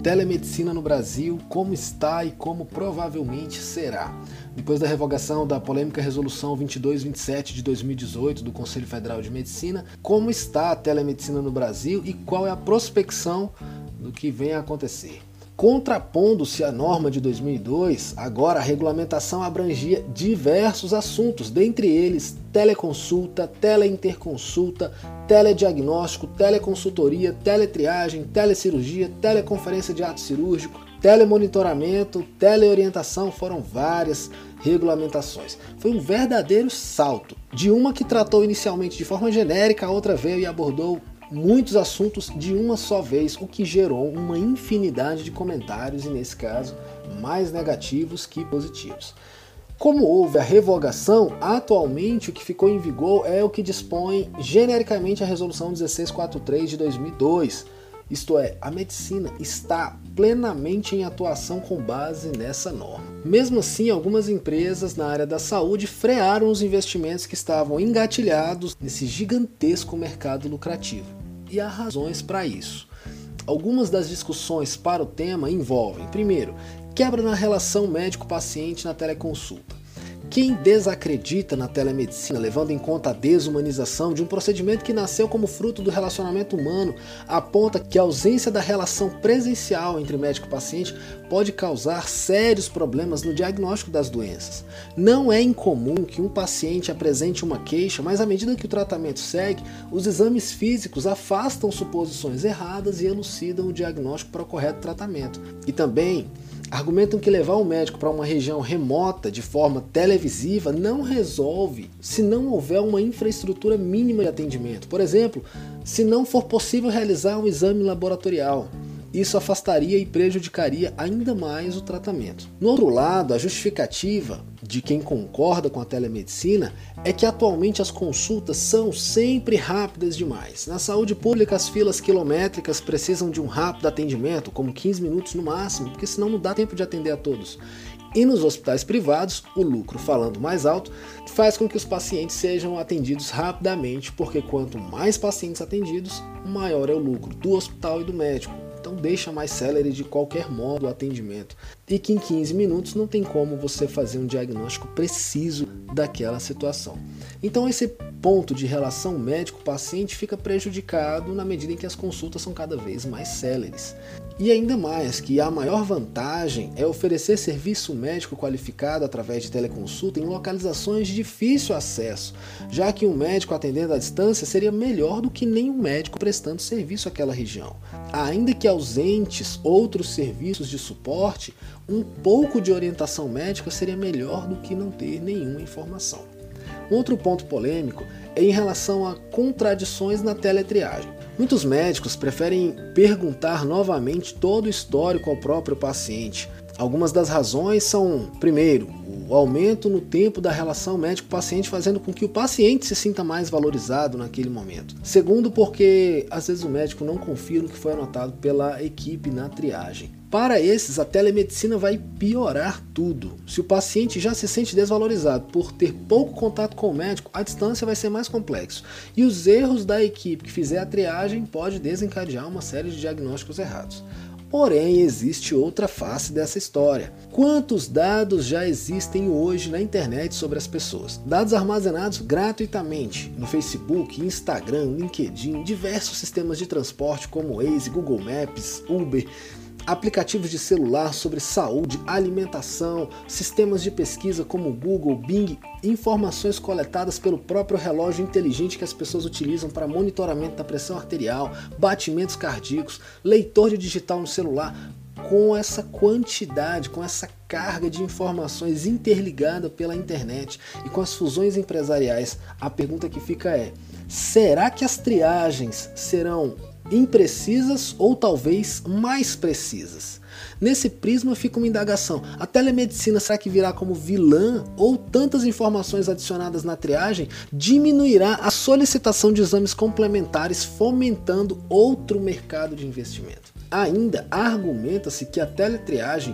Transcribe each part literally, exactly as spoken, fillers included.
Telemedicina no Brasil, como está e como provavelmente será. Depois da revogação da polêmica Resolução vinte e dois vinte e sete de dois mil e dezoito do Conselho Federal de Medicina, como está a telemedicina no Brasil e qual é a prospecção do que vem a acontecer. Contrapondo-se à norma de dois mil e dois, agora a regulamentação abrangia diversos assuntos, dentre eles teleconsulta, teleinterconsulta, telediagnóstico, teleconsultoria, teletriagem, telecirurgia, teleconferência de ato cirúrgico, telemonitoramento, teleorientação, foram várias regulamentações. Foi um verdadeiro salto, de uma que tratou inicialmente de forma genérica, a outra veio e abordou muitos assuntos de uma só vez, o que gerou uma infinidade de comentários e, nesse caso, mais negativos que positivos. Como houve a revogação, atualmente o que ficou em vigor é o que dispõe genericamente a Resolução dezesseis quarenta e três de dois mil e dois, isto é, a medicina está plenamente em atuação com base nessa norma. Mesmo assim, algumas empresas na área da saúde frearam os investimentos que estavam engatilhados nesse gigantesco mercado lucrativo. E há razões para isso. Algumas das discussões para o tema envolvem, primeiro, quebra na relação médico-paciente na teleconsulta. Quem desacredita na telemedicina, levando em conta a desumanização de um procedimento que nasceu como fruto do relacionamento humano, aponta que a ausência da relação presencial entre médico e paciente pode causar sérios problemas no diagnóstico das doenças. Não é incomum que um paciente apresente uma queixa, mas à medida que o tratamento segue, os exames físicos afastam suposições erradas e elucidam o diagnóstico para o correto tratamento. E também argumentam que levar o médico para uma região remota de forma televisiva não resolve se não houver uma infraestrutura mínima de atendimento. Por exemplo, se não for possível realizar um exame laboratorial. Isso afastaria e prejudicaria ainda mais o tratamento. No outro lado, a justificativa de quem concorda com a telemedicina é que atualmente as consultas são sempre rápidas demais. Na saúde pública, as filas quilométricas precisam de um rápido atendimento, como quinze minutos no máximo, porque senão não dá tempo de atender a todos. E nos hospitais privados, o lucro, falando mais alto, faz com que os pacientes sejam atendidos rapidamente, porque quanto mais pacientes atendidos, maior é o lucro do hospital e do médico. Então deixa mais célere de qualquer modo o atendimento. E que em quinze minutos não tem como você fazer um diagnóstico preciso daquela situação. Então esse ponto de relação médico-paciente fica prejudicado na medida em que as consultas são cada vez mais céleres. E ainda mais que a maior vantagem é oferecer serviço médico qualificado através de teleconsulta em localizações de difícil acesso, já que um médico atendendo à distância seria melhor do que nenhum médico prestando serviço àquela região. Ainda que ausentes outros serviços de suporte, um pouco de orientação médica seria melhor do que não ter nenhuma informação. Um outro ponto polêmico é em relação a contradições na teletriagem. Muitos médicos preferem perguntar novamente todo o histórico ao próprio paciente. Algumas das razões são, primeiro, o aumento no tempo da relação médico-paciente, fazendo com que o paciente se sinta mais valorizado naquele momento. Segundo, porque às vezes o médico não confia no que foi anotado pela equipe na triagem. Para esses, a telemedicina vai piorar tudo. Se o paciente já se sente desvalorizado por ter pouco contato com o médico, a distância vai ser mais complexo. E os erros da equipe que fizer a triagem pode desencadear uma série de diagnósticos errados. Porém, existe outra face dessa história. Quantos dados já existem hoje na internet sobre as pessoas? Dados armazenados gratuitamente no Facebook, Instagram, LinkedIn, diversos sistemas de transporte como Waze, Google Maps, Uber, aplicativos de celular sobre saúde, alimentação, sistemas de pesquisa como Google, Bing, informações coletadas pelo próprio relógio inteligente que as pessoas utilizam para monitoramento da pressão arterial, batimentos cardíacos, leitor de digital no celular. Com essa quantidade, com essa carga de informações interligada pela internet e com as fusões empresariais, a pergunta que fica é: será que as triagens serão imprecisas ou talvez mais precisas? Nesse prisma fica uma indagação: a telemedicina será que virá como vilã, ou tantas informações adicionadas na triagem diminuirá a solicitação de exames complementares, fomentando outro mercado de investimento? Ainda argumenta-se que a teletriagem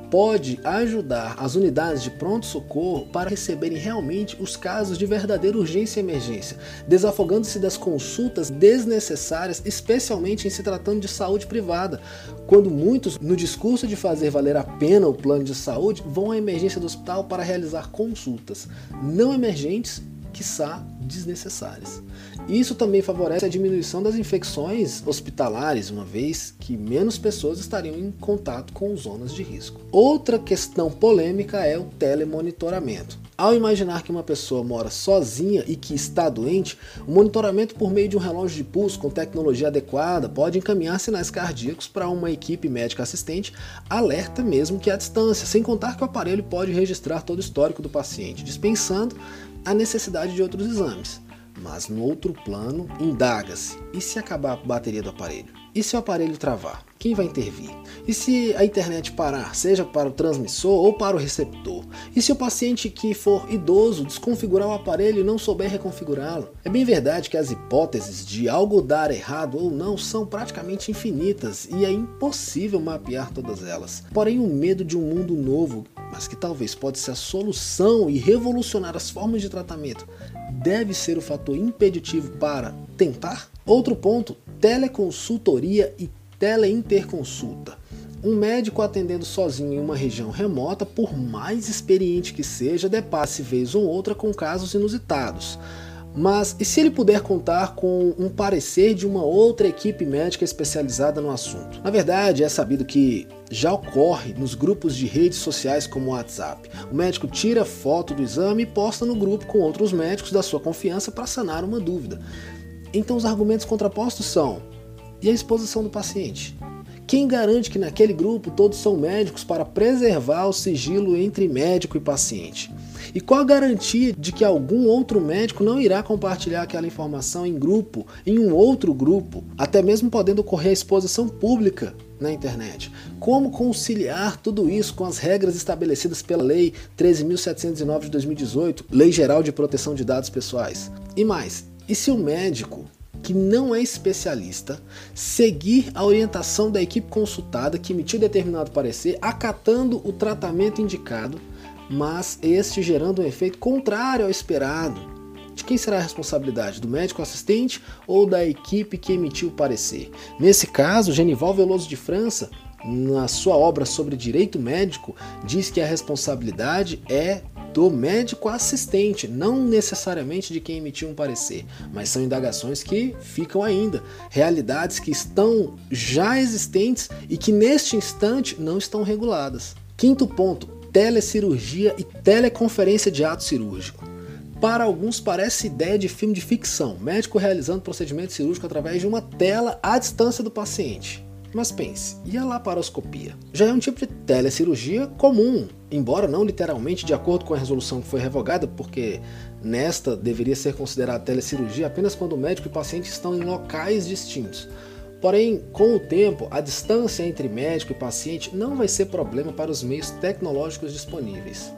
pode ajudar as unidades de pronto-socorro para receberem realmente os casos de verdadeira urgência e emergência, desafogando-se das consultas desnecessárias, especialmente em se tratando de saúde privada, quando muitos, no discurso de fazer valer a pena o plano de saúde, vão à emergência do hospital para realizar consultas não emergentes, quiçá desnecessárias. Isso também favorece a diminuição das infecções hospitalares, uma vez que menos pessoas estariam em contato com zonas de risco. Outra questão polêmica é o telemonitoramento. Ao imaginar que uma pessoa mora sozinha e que está doente, o monitoramento por meio de um relógio de pulso com tecnologia adequada pode encaminhar sinais cardíacos para uma equipe médica assistente, alerta mesmo que à distância, sem contar que o aparelho pode registrar todo o histórico do paciente, dispensando a necessidade de outros exames. Mas no outro plano, indaga-se: e se acabar a bateria do aparelho? E se o aparelho travar? Quem vai intervir? E se a internet parar, seja para o transmissor ou para o receptor? E se o paciente que for idoso desconfigurar o aparelho e não souber reconfigurá-lo? É bem verdade que as hipóteses de algo dar errado ou não são praticamente infinitas e é impossível mapear todas elas. Porém, o medo de um mundo novo, mas que talvez pode ser a solução e revolucionar as formas de tratamento, deve ser o fator impeditivo para tentar? Outro ponto: teleconsultoria e teleinterconsulta. Um médico atendendo sozinho em uma região remota, por mais experiente que seja, depara-se vez ou outra com casos inusitados. Mas e se ele puder contar com um parecer de uma outra equipe médica especializada no assunto? Na verdade, é sabido que já ocorre nos grupos de redes sociais como o WhatsApp. O médico tira foto do exame e posta no grupo com outros médicos da sua confiança para sanar uma dúvida. Então os argumentos contrapostos são: e a exposição do paciente? Quem garante que naquele grupo todos são médicos para preservar o sigilo entre médico e paciente? E qual a garantia de que algum outro médico não irá compartilhar aquela informação em grupo, em um outro grupo, até mesmo podendo ocorrer a exposição pública na internet? Como conciliar tudo isso com as regras estabelecidas pela Lei treze mil setecentos e nove de dois mil e dezoito, Lei Geral de Proteção de Dados Pessoais? E mais, e se o médico que não é especialista seguir a orientação da equipe consultada que emitiu determinado parecer, acatando o tratamento indicado, mas este gerando um efeito contrário ao esperado? De quem será a responsabilidade? Do médico assistente ou da equipe que emitiu o parecer? Nesse caso, Genival Veloso de França, na sua obra sobre direito médico, diz que a responsabilidade é do médico assistente, não necessariamente de quem emitiu um parecer, mas são indagações que ficam ainda, realidades que estão já existentes e que neste instante não estão reguladas. Quinto ponto: telecirurgia e teleconferência de ato cirúrgico. Para alguns parece ideia de filme de ficção, médico realizando procedimento cirúrgico através de uma tela à distância do paciente. Mas pense, e a laparoscopia? Já é um tipo de telecirurgia comum, embora não literalmente de acordo com a resolução que foi revogada, porque nesta deveria ser considerada telecirurgia apenas quando o médico e o paciente estão em locais distintos. Porém, com o tempo, a distância entre médico e paciente não vai ser problema para os meios tecnológicos disponíveis.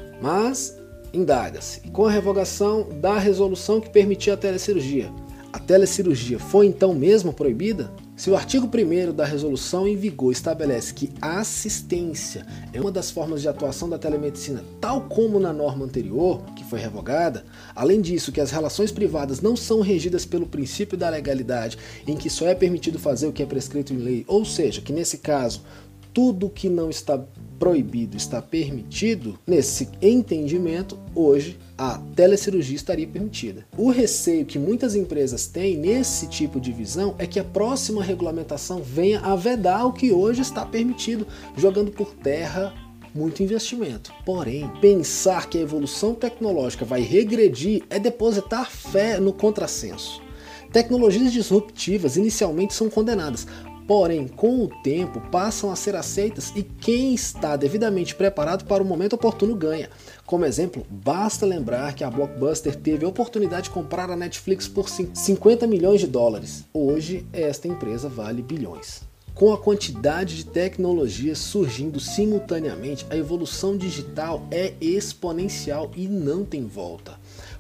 Mas indaga-se, com a revogação da resolução que permitia a telecirurgia, a telecirurgia foi então mesmo proibida? Se o artigo primeiro da resolução em vigor estabelece que a assistência é uma das formas de atuação da telemedicina, tal como na norma anterior, que foi revogada, além disso que as relações privadas não são regidas pelo princípio da legalidade, em que só é permitido fazer o que é prescrito em lei, ou seja, que nesse caso tudo que não está proibido está permitido, nesse entendimento, hoje a telecirurgia estaria permitida. O receio que muitas empresas têm nesse tipo de visão é que a próxima regulamentação venha a vedar o que hoje está permitido, jogando por terra muito investimento. Porém, pensar que a evolução tecnológica vai regredir é depositar fé no contrassenso. Tecnologias disruptivas inicialmente são condenadas, porém, com o tempo, passam a ser aceitas e quem está devidamente preparado para o momento oportuno ganha. Como exemplo, basta lembrar que a Blockbuster teve a oportunidade de comprar a Netflix por cinquenta milhões de dólares. Hoje, esta empresa vale bilhões. Com a quantidade de tecnologias surgindo simultaneamente, a evolução digital é exponencial e não tem volta.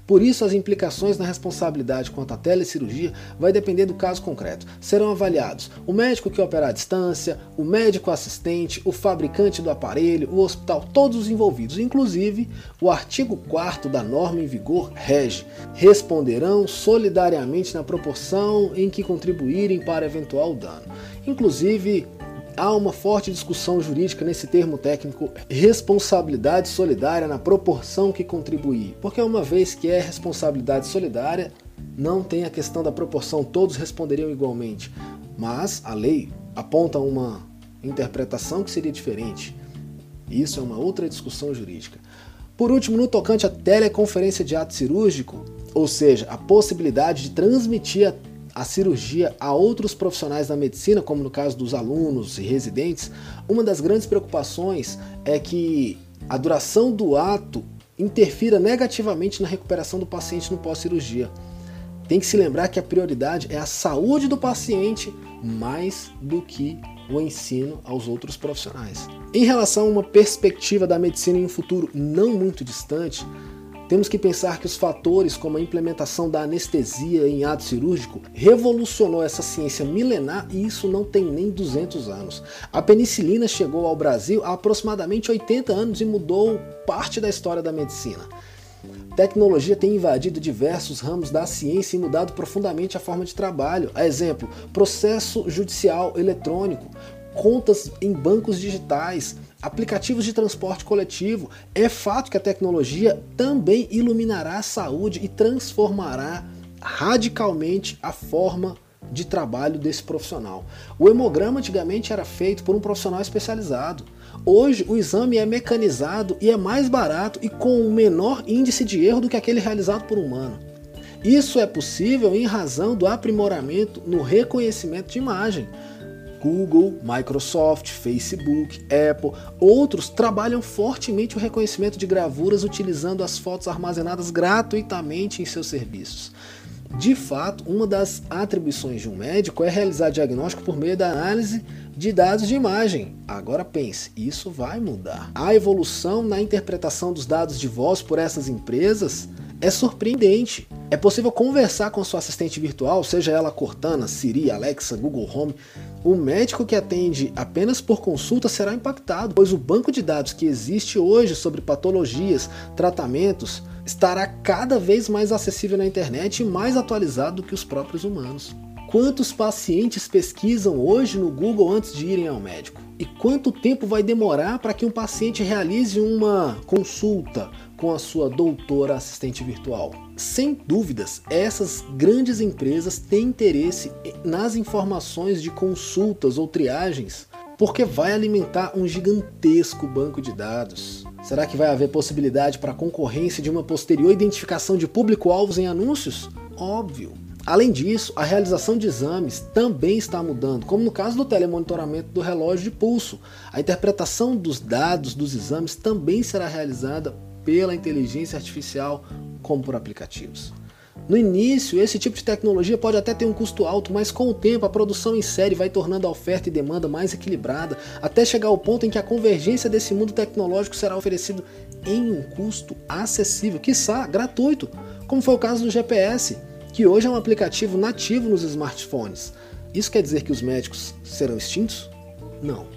Por isso, as implicações na responsabilidade quanto à telecirurgia vai depender do caso concreto. Serão avaliados o médico que operar à distância, o médico assistente, o fabricante do aparelho, o hospital, todos os envolvidos, inclusive o artigo quarto da norma em vigor rege. Responderão solidariamente na proporção em que contribuírem para eventual dano. Inclusive, há uma forte discussão jurídica nesse termo técnico, responsabilidade solidária na proporção que contribuir, porque uma vez que é responsabilidade solidária, não tem a questão da proporção, todos responderiam igualmente, mas a lei aponta uma interpretação que seria diferente. Isso é uma outra discussão jurídica. Por último, no tocante à teleconferência de ato cirúrgico, ou seja, a possibilidade de transmitir a a cirurgia a outros profissionais da medicina, como no caso dos alunos e residentes, uma das grandes preocupações é que a duração do ato interfira negativamente na recuperação do paciente no pós-cirurgia. Tem que se lembrar que a prioridade é a saúde do paciente mais do que o ensino aos outros profissionais. Em relação a uma perspectiva da medicina em um futuro não muito distante, temos que pensar que os fatores como a implementação da anestesia em ato cirúrgico revolucionou essa ciência milenar e isso não tem nem duzentos anos. A penicilina chegou ao Brasil há aproximadamente oitenta anos e mudou parte da história da medicina. Tecnologia tem invadido diversos ramos da ciência e mudado profundamente a forma de trabalho. A exemplo, processo judicial eletrônico, contas em bancos digitais, aplicativos de transporte coletivo. É fato que a tecnologia também iluminará a saúde e transformará radicalmente a forma de trabalho desse profissional. O hemograma antigamente era feito por um profissional especializado. Hoje o exame é mecanizado e é mais barato e com um menor índice de erro do que aquele realizado por um humano. Isso é possível em razão do aprimoramento no reconhecimento de imagem. Google, Microsoft, Facebook, Apple, outros trabalham fortemente o reconhecimento de gravuras utilizando as fotos armazenadas gratuitamente em seus serviços. De fato, uma das atribuições de um médico é realizar diagnóstico por meio da análise de dados de imagem. Agora pense, isso vai mudar. A evolução na interpretação dos dados de voz por essas empresas é surpreendente. É possível conversar com sua assistente virtual, seja ela Cortana, Siri, Alexa, Google Home. O médico que atende apenas por consulta será impactado, pois o banco de dados que existe hoje sobre patologias, tratamentos, estará cada vez mais acessível na internet e mais atualizado do que os próprios humanos. Quantos pacientes pesquisam hoje no Google antes de irem ao médico? E quanto tempo vai demorar para que um paciente realize uma consulta com a sua doutora assistente virtual? Sem dúvidas, essas grandes empresas têm interesse nas informações de consultas ou triagens, porque vai alimentar um gigantesco banco de dados. Será que vai haver possibilidade para a concorrência de uma posterior identificação de público-alvos em anúncios? Óbvio. Além disso, a realização de exames também está mudando, como no caso do telemonitoramento do relógio de pulso. A interpretação dos dados dos exames também será realizada pela inteligência artificial, como por aplicativos. No início, esse tipo de tecnologia pode até ter um custo alto, mas com o tempo a produção em série vai tornando a oferta e demanda mais equilibrada, até chegar ao ponto em que a convergência desse mundo tecnológico será oferecido em um custo acessível, quiçá gratuito, como foi o caso do G P S, que hoje é um aplicativo nativo nos smartphones. Isso quer dizer que os médicos serão extintos? Não,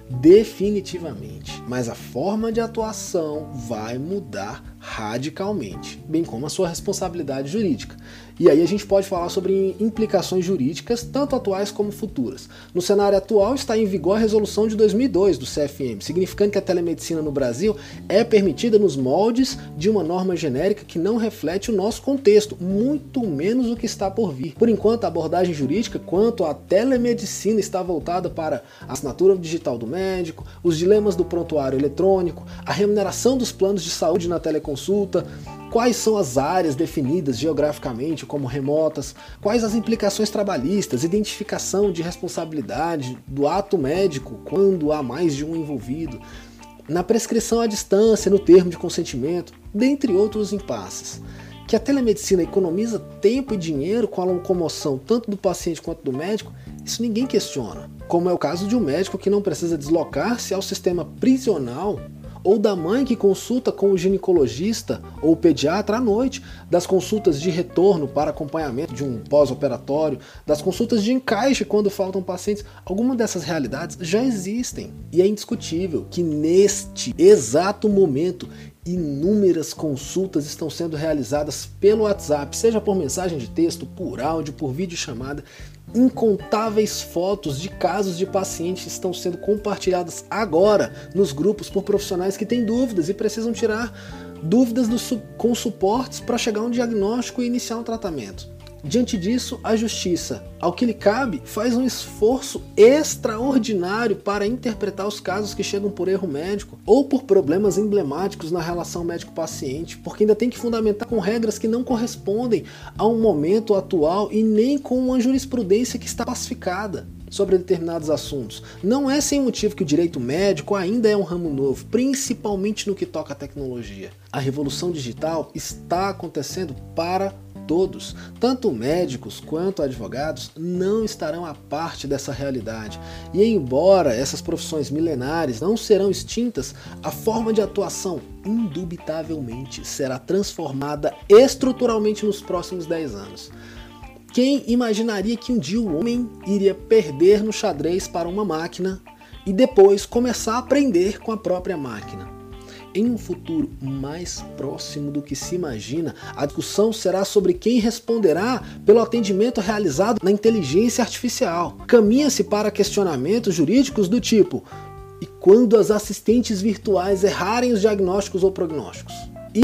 definitivamente. Mas a forma de atuação vai mudar radicalmente, bem como a sua responsabilidade jurídica. E aí a gente pode falar sobre implicações jurídicas, tanto atuais como futuras. No cenário atual está em vigor a resolução de dois mil e dois do C F M, significando que a telemedicina no Brasil é permitida nos moldes de uma norma genérica que não reflete o nosso contexto, muito menos o que está por vir. Por enquanto, a abordagem jurídica quanto à telemedicina está voltada para a assinatura digital do médico, os dilemas do prontuário eletrônico, a remuneração dos planos de saúde na teleconsulta, quais são as áreas definidas geograficamente como remotas, quais as implicações trabalhistas, identificação de responsabilidade do ato médico quando há mais de um envolvido, na prescrição à distância, no termo de consentimento, dentre outros impasses. Que a telemedicina economiza tempo e dinheiro com a locomoção tanto do paciente quanto do médico, isso ninguém questiona. Como é o caso de um médico que não precisa deslocar-se ao sistema prisional ou da mãe que consulta com o ginecologista ou o pediatra à noite, das consultas de retorno para acompanhamento de um pós-operatório, das consultas de encaixe quando faltam pacientes. Algumas dessas realidades já existem e é indiscutível que neste exato momento inúmeras consultas estão sendo realizadas pelo WhatsApp, seja por mensagem de texto, por áudio, por videochamada. Incontáveis fotos de casos de pacientes estão sendo compartilhadas agora nos grupos por profissionais que têm dúvidas e precisam tirar dúvidas do, com suportes para chegar a um diagnóstico e iniciar um tratamento. Diante disso, a Justiça, ao que lhe cabe, faz um esforço extraordinário para interpretar os casos que chegam por erro médico ou por problemas emblemáticos na relação médico-paciente, porque ainda tem que fundamentar com regras que não correspondem ao momento atual e nem com uma jurisprudência que está pacificada sobre determinados assuntos. Não é sem motivo que o direito médico ainda é um ramo novo, principalmente no que toca à tecnologia. A revolução digital está acontecendo para todos, tanto médicos quanto advogados, não estarão à parte dessa realidade. E embora essas profissões milenares não serão extintas, a forma de atuação indubitavelmente será transformada estruturalmente nos próximos dez anos. Quem imaginaria que um dia o homem iria perder no xadrez para uma máquina e depois começar a aprender com a própria máquina? Em um futuro mais próximo do que se imagina, a discussão será sobre quem responderá pelo atendimento realizado na inteligência artificial. Caminha-se para questionamentos jurídicos do tipo: e quando as assistentes virtuais errarem os diagnósticos ou prognósticos?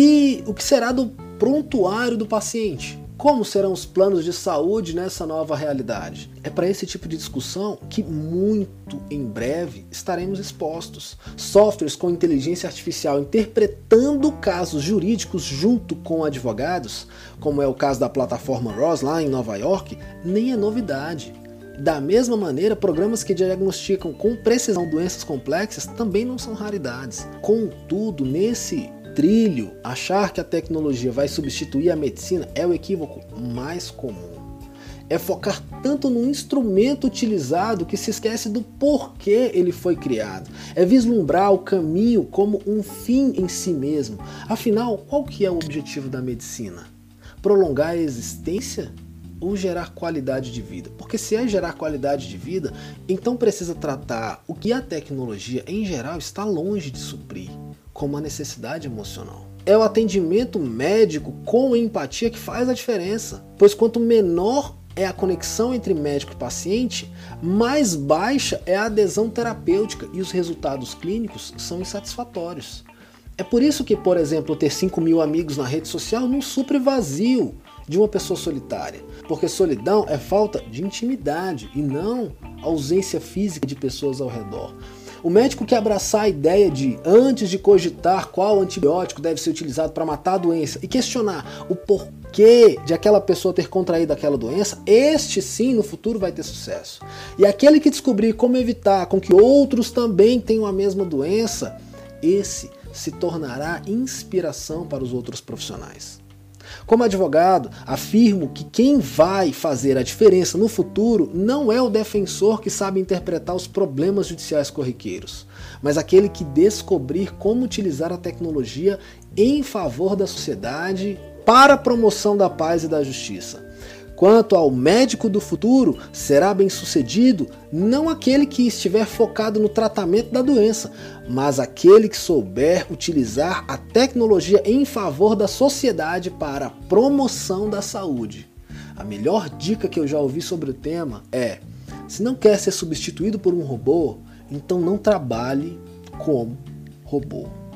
E o que será do prontuário do paciente? Como serão os planos de saúde nessa nova realidade? É para esse tipo de discussão que muito em breve estaremos expostos. Softwares com inteligência artificial interpretando casos jurídicos junto com advogados, como é o caso da plataforma Ross lá em Nova York, nem é novidade. Da mesma maneira, programas que diagnosticam com precisão doenças complexas também não são raridades. Contudo, nesse trilho, achar que a tecnologia vai substituir a medicina é o equívoco mais comum. É focar tanto no instrumento utilizado que se esquece do porquê ele foi criado. É vislumbrar o caminho como um fim em si mesmo. Afinal, qual que é o objetivo da medicina? Prolongar a existência ou gerar qualidade de vida? Porque se é gerar qualidade de vida, então precisa tratar o que a tecnologia em geral está longe de suprir, como a necessidade emocional. É o atendimento médico com empatia que faz a diferença, pois quanto menor é a conexão entre médico e paciente, mais baixa é a adesão terapêutica e os resultados clínicos são insatisfatórios. É por isso que, por exemplo, ter cinco mil amigos na rede social não supre vazio de uma pessoa solitária, porque solidão é falta de intimidade e não ausência física de pessoas ao redor. O médico que abraçar a ideia de, antes de cogitar qual antibiótico deve ser utilizado para matar a doença e questionar o porquê de aquela pessoa ter contraído aquela doença, este sim no futuro vai ter sucesso. E aquele que descobrir como evitar com que outros também tenham a mesma doença, esse se tornará inspiração para os outros profissionais. Como advogado, afirmo que quem vai fazer a diferença no futuro não é o defensor que sabe interpretar os problemas judiciais corriqueiros, mas aquele que descobrir como utilizar a tecnologia em favor da sociedade para a promoção da paz e da justiça. Quanto ao médico do futuro, será bem-sucedido não aquele que estiver focado no tratamento da doença, mas aquele que souber utilizar a tecnologia em favor da sociedade para a promoção da saúde. A melhor dica que eu já ouvi sobre o tema é: se não quer ser substituído por um robô, então não trabalhe como robô.